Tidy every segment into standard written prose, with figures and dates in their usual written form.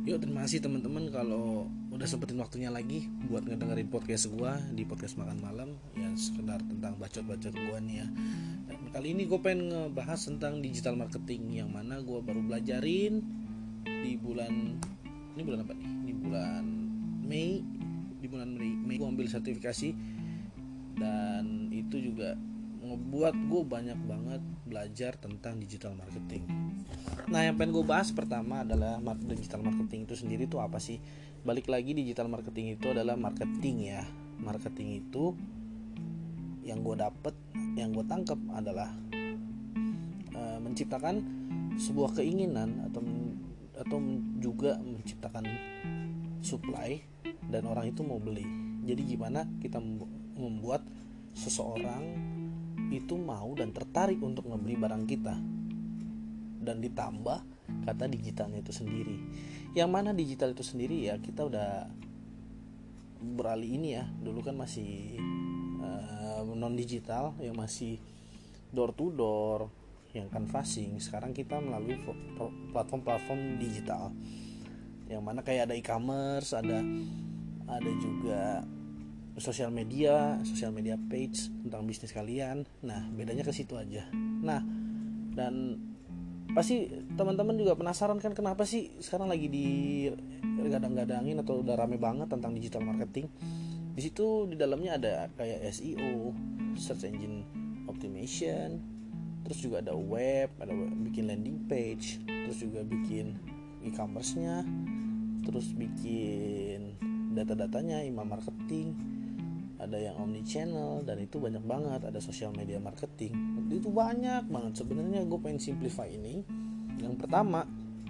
Yuk, terima kasih teman-teman kalau udah sempetin waktunya lagi buat ngedengerin podcast gua di podcast makan malam. Ya sekedar tentang bacot-bacot gua nih ya. Dan kali ini gue pengen ngebahas tentang digital marketing, yang mana gua baru belajarin di bulan, ini bulan apa nih? Ini bulan Mei. Di bulan Mei gue ambil sertifikasi, dan itu juga ngebuat gue banyak banget belajar tentang digital marketing. Nah, yang pengen gue bahas pertama adalah digital marketing itu sendiri tuh apa sih? Balik lagi, digital marketing itu adalah marketing ya. Marketing itu yang gue dapet, yang gue tangkap adalah menciptakan sebuah keinginan atau juga menciptakan supply dan orang itu mau beli. Jadi gimana kita membuat seseorang itu mau dan tertarik untuk membeli barang kita, dan ditambah kata digitalnya itu sendiri. Yang mana digital itu sendiri ya, kita udah beralih ini ya. Dulu kan masih non digital, yang masih door to door, yang canvassing. Sekarang kita melalui platform-platform digital, yang mana kayak ada e-commerce, ada juga sosial media page tentang bisnis kalian. Nah, bedanya ke situ aja. Nah, dan pasti teman-teman juga penasaran kan, kenapa sih sekarang lagi digadang-gadangin atau udah rame banget tentang digital marketing. Di situ di dalamnya ada kayak SEO, search engine optimization, terus juga ada bikin landing page, terus juga bikin e-commerce-nya, terus bikin data-datanya, email marketing, ada yang omni channel, dan itu banyak banget. Ada social media marketing, itu banyak banget. Sebenarnya gue pengen simplify ini. Yang pertama,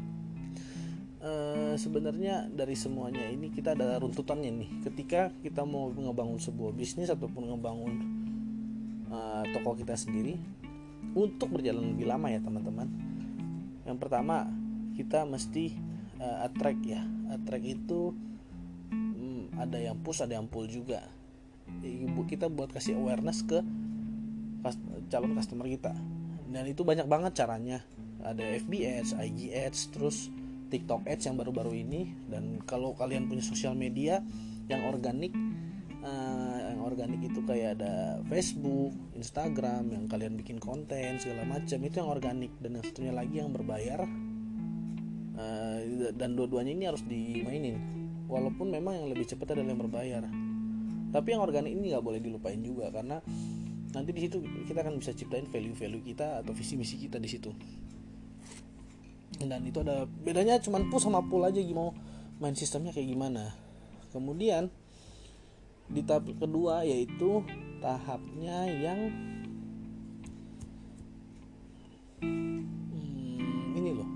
sebenarnya dari semuanya ini kita ada runtutannya nih. Ketika kita mau ngebangun sebuah bisnis ataupun ngebangun toko kita sendiri untuk berjalan lebih lama ya teman-teman. Yang pertama, kita mesti attract ya. Attract itu ada yang push, ada yang pull juga. Kita buat kasih awareness ke calon customer kita, dan itu banyak banget caranya. Ada FB Ads, IG Ads, terus TikTok Ads yang baru-baru ini. Dan kalau kalian punya sosial media yang organik, itu kayak ada Facebook, Instagram, yang kalian bikin konten segala macam, itu yang organik. Dan yang satunya lagi yang berbayar, dan dua-duanya ini harus dimainin. Walaupun memang yang lebih cepat adalah yang berbayar, tapi yang organik ini nggak boleh dilupain juga, karena nanti di situ kita akan bisa ciptain value kita atau visi misi kita di situ. Dan itu ada bedanya, cuman push sama pull aja, mau main sistemnya kayak gimana. Kemudian di tahap kedua, yaitu tahapnya yang ini loh.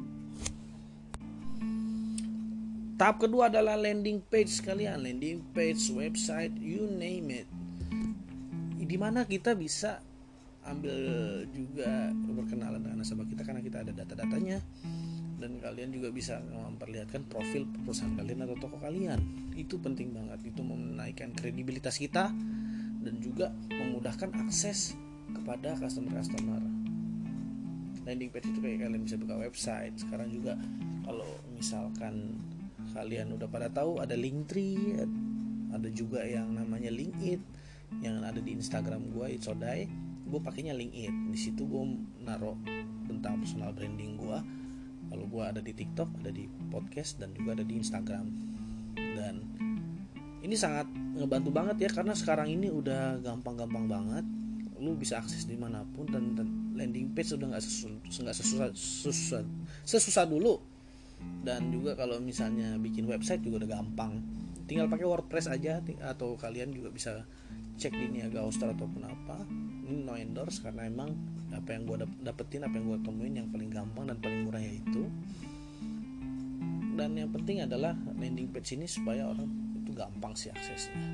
Tahap kedua adalah landing page kalian, landing page, website, you name it. Di mana kita bisa ambil juga berkenalan dengan nasabah kita, karena kita ada data-datanya. Dan kalian juga bisa memperlihatkan profil perusahaan kalian atau toko kalian. Itu penting banget. Itu menaikkan kredibilitas kita dan juga memudahkan akses kepada customer. Landing page itu kayak kalian bisa buka website. Sekarang juga kalau misalkan kalian udah pada tahu, ada Linktree, ada juga yang namanya LinkedIn, yang ada di Instagram gue, Itsodai. Gue pakainya LinkedIn. Di situ gue naruh tentang personal branding gue. Kalau gue ada di TikTok, ada di podcast, dan juga ada di Instagram. Dan ini sangat ngebantu banget ya, karena sekarang ini udah gampang-gampang banget. Lu bisa akses dimanapun, dan landing page udah nggak sesusah dulu. Dan juga kalau misalnya bikin website juga udah gampang, tinggal pakai WordPress aja, atau kalian juga bisa cek di Niaga Hoster ataupun apa. Ini no endorse, karena emang apa yang gue dapetin, apa yang gue temuin, yang paling gampang dan paling murah yaitu. Dan yang penting adalah landing page ini supaya orang itu gampang sih aksesnya.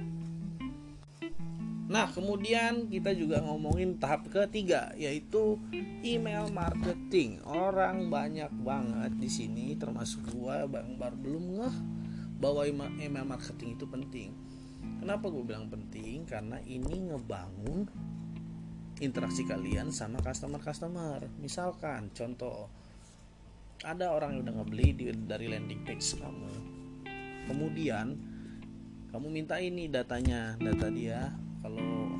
Nah, kemudian kita juga ngomongin tahap ketiga, yaitu email marketing. Orang banyak banget di sini, termasuk gua, baru belum ngeh bahwa email marketing itu penting. Kenapa gue bilang penting? Karena ini ngebangun interaksi kalian sama customer. Misalkan contoh, ada orang yang udah ngebeli dari landing page kamu, kemudian kamu minta ini data dia. Kalau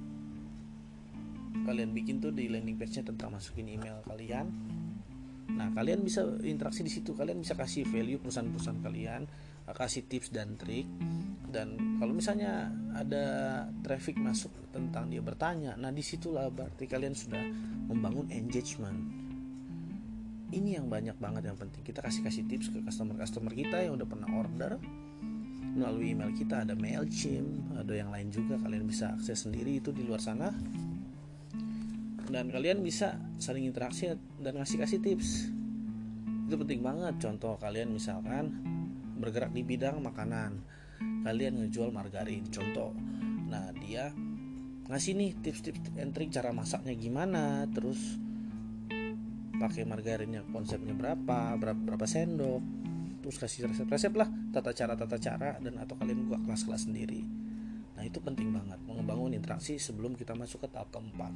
kalian bikin tuh di landing page-nya tentang masukin email kalian, nah kalian bisa interaksi di situ, kalian bisa kasih value perusahaan-perusahaan kalian, kasih tips dan trik. Dan kalau misalnya ada traffic masuk tentang dia bertanya, nah disitulah berarti kalian sudah membangun engagement. Ini yang banyak banget yang penting, kita kasih tips ke customer kita yang udah pernah order melalui email kita. Ada Mailchimp, ada yang lain juga, kalian bisa akses sendiri itu di luar sana, dan kalian bisa saling interaksi dan kasih tips. Itu penting banget. Contoh, kalian misalkan bergerak di bidang makanan, kalian ngejual margarin contoh, nah dia ngasih nih tips and trik cara masaknya gimana, terus pakai margarinnya konsepnya berapa sendok, terus kasih resep lah, tata cara, dan atau kalian buka kelas sendiri. Nah itu penting banget, membangun interaksi sebelum kita masuk ke tahap keempat.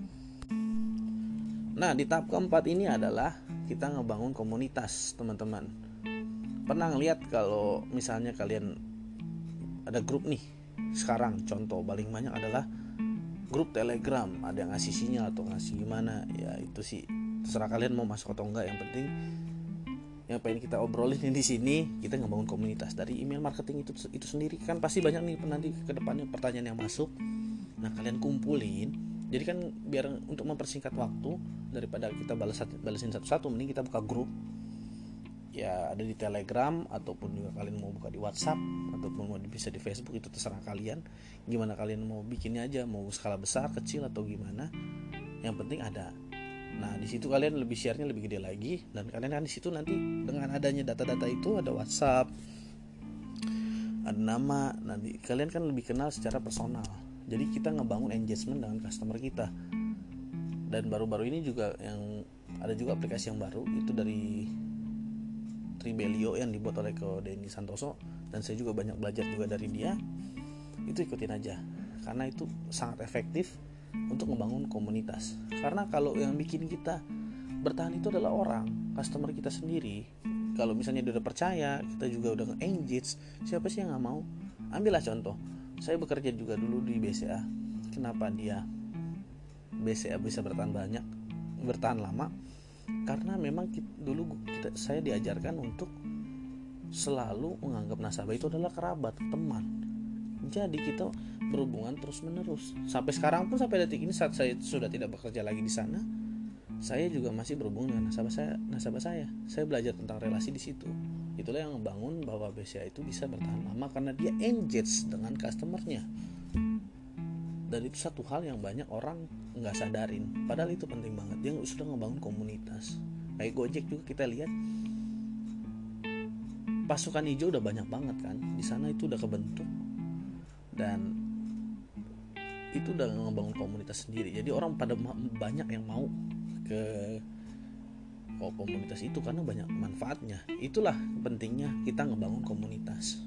Nah di tahap keempat ini adalah kita ngebangun komunitas, teman-teman. Pernah ngeliat kalau misalnya kalian ada grup nih, sekarang contoh paling banyak adalah grup Telegram, ada yang ngasih sinyal atau ngasih gimana, ya itu sih terserah kalian mau masuk atau enggak. Yang penting yang pengen kita obrolin di sini, kita ngebangun komunitas. Dari email marketing itu sendiri kan pasti banyak nih nanti ke depannya pertanyaan yang masuk. Nah kalian kumpulin, jadi kan biar untuk mempersingkat waktu daripada kita balesin satu-satu, mending kita buka grup ya, ada di Telegram ataupun juga kalian mau buka di WhatsApp ataupun mau bisa di Facebook, itu terserah kalian gimana kalian mau bikinnya aja, mau skala besar, kecil atau gimana, yang penting ada. Nah di situ kalian lebih share-nya lebih gede lagi, dan kalian kan di situ nanti dengan adanya data-data itu ada WhatsApp, ada nama, nanti kalian kan lebih kenal secara personal. Jadi kita ngebangun engagement dengan customer kita. Dan baru-baru ini juga yang ada juga aplikasi yang baru itu dari Tribelio yang dibuat oleh Ko Denny Santoso, dan saya juga banyak belajar juga dari dia. Itu ikutin aja karena itu sangat efektif untuk membangun komunitas. Karena kalau yang bikin kita bertahan itu adalah orang, customer kita sendiri. Kalau misalnya dia udah percaya, kita juga udah engage, siapa sih yang gak mau? Ambillah contoh, saya bekerja juga dulu di BCA. Kenapa dia BCA bisa bertahan lama? Karena memang saya diajarkan untuk selalu menganggap nasabah itu adalah kerabat, teman. Jadi kita berhubungan terus menerus. Sampai sekarang pun, sampai detik ini saat saya sudah tidak bekerja lagi di sana, saya juga masih berhubungan dengan nasabah saya. Saya belajar tentang relasi di situ. Itulah yang membangun bahwa BCA itu bisa bertahan lama karena dia engage dengan customernya. Dan itu satu hal yang banyak orang nggak sadarin, padahal itu penting banget. Dia sudah ngebangun komunitas. Kayak Gojek juga kita lihat, pasukan hijau udah banyak banget kan di sana, itu udah kebentuk dan itu udah ngebangun komunitas sendiri. Jadi orang pada banyak yang mau ke komunitas itu karena banyak manfaatnya. Itulah pentingnya kita ngebangun komunitas.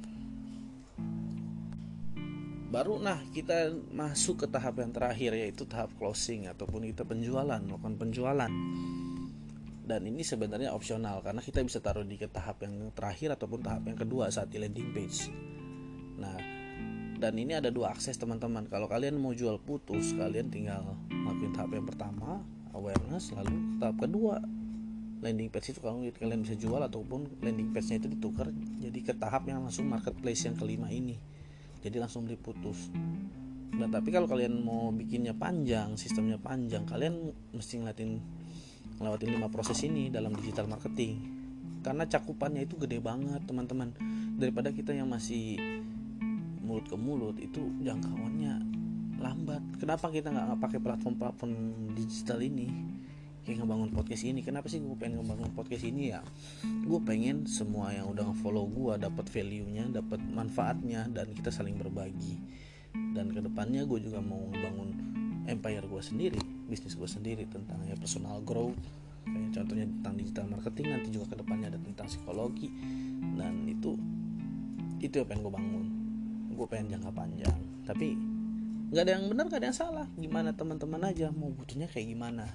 Baru kita masuk ke tahap yang terakhir, yaitu tahap closing ataupun kita melakukan penjualan. Dan ini sebenarnya opsional karena kita bisa taruh di tahap yang terakhir ataupun tahap yang kedua saat di landing page. Nah, dan ini ada dua akses teman-teman. Kalau kalian mau jual putus, kalian tinggal lakuin tahap yang pertama, awareness, lalu tahap kedua landing page itu kalian bisa jual, ataupun landing page-nya itu ditukar jadi ke tahap yang langsung marketplace yang kelima ini. Jadi langsung beli putus. Nah, tapi kalau kalian mau bikinnya panjang, sistemnya panjang, kalian mesti ngelewatin 5 proses ini dalam digital marketing. Karena cakupannya itu gede banget, teman-teman. Daripada kita yang masih mulut ke mulut, itu jangkauannya lambat. Kenapa kita nggak pakai platform digital ini? Kayak ngebangun podcast ini. Kenapa sih gue pengen ngebangun podcast ini ya? Gue pengen semua yang udah nge-follow gue dapat value-nya, dapat manfaatnya, dan kita saling berbagi. Dan kedepannya gue juga mau ngebangun empire gue sendiri, bisnis gue sendiri tentang personal growth. Kayak contohnya tentang digital marketing, nanti juga kedepannya ada tentang psikologi. Dan itu yang pengen gue bangun. Gue pengen jangka panjang. Tapi nggak ada yang benar, nggak ada yang salah. Gimana teman-teman aja mau butuhnya kayak gimana.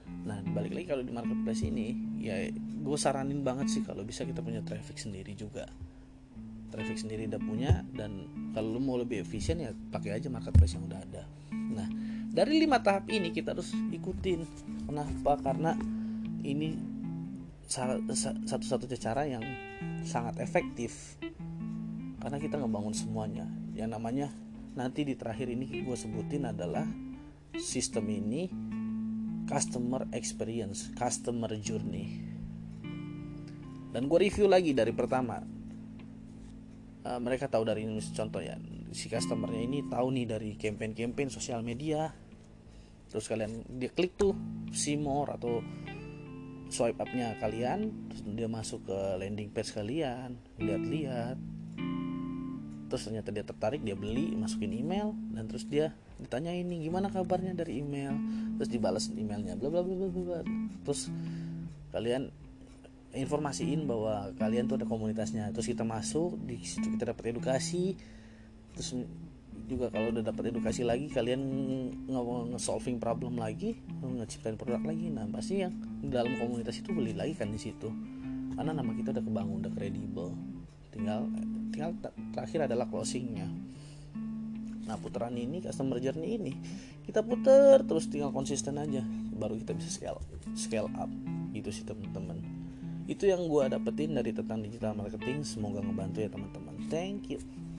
Nah balik lagi kalau di marketplace ini ya gue saranin banget sih kalau bisa kita punya traffic sendiri juga. Traffic sendiri udah punya, dan kalau lu mau lebih efisien ya pakai aja marketplace yang udah ada. Nah dari 5 tahap ini kita harus ikutin. Kenapa? Karena ini satu-satunya cara yang sangat efektif, karena kita ngebangun semuanya. Yang namanya nanti di terakhir ini gue sebutin adalah sistem ini customer experience, customer journey. Dan gue review lagi dari pertama. Mereka tahu dari ini, contoh ya, si customernya ini tahu nih dari campaign sosial media. Terus kalian dia klik tuh see more atau swipe up-nya kalian, terus dia masuk ke landing page kalian, lihat-lihat. Terus ternyata dia tertarik, dia beli, masukin email, dan terus dia ditanya ini gimana kabarnya dari email, terus dibalas emailnya bla bla bla bla bla. Terus kalian informasiin bahwa kalian tuh ada komunitasnya, terus kita masuk di situ, kita dapat edukasi. Terus juga kalau udah dapat edukasi lagi, kalian nge-solving problem lagi, ngeciptain produk lagi. Nah pasti yang di dalam komunitas itu beli lagi kan di situ, karena nama kita udah kebangun, udah kredibel. Tinggal terakhir adalah closingnya. Nah putaran ini, customer journey ini kita puter terus, tinggal konsisten aja, baru kita bisa scale up. Itu sih teman-teman, itu yang gue dapetin dari tentang digital marketing. Semoga ngebantu ya teman-teman. Thank you.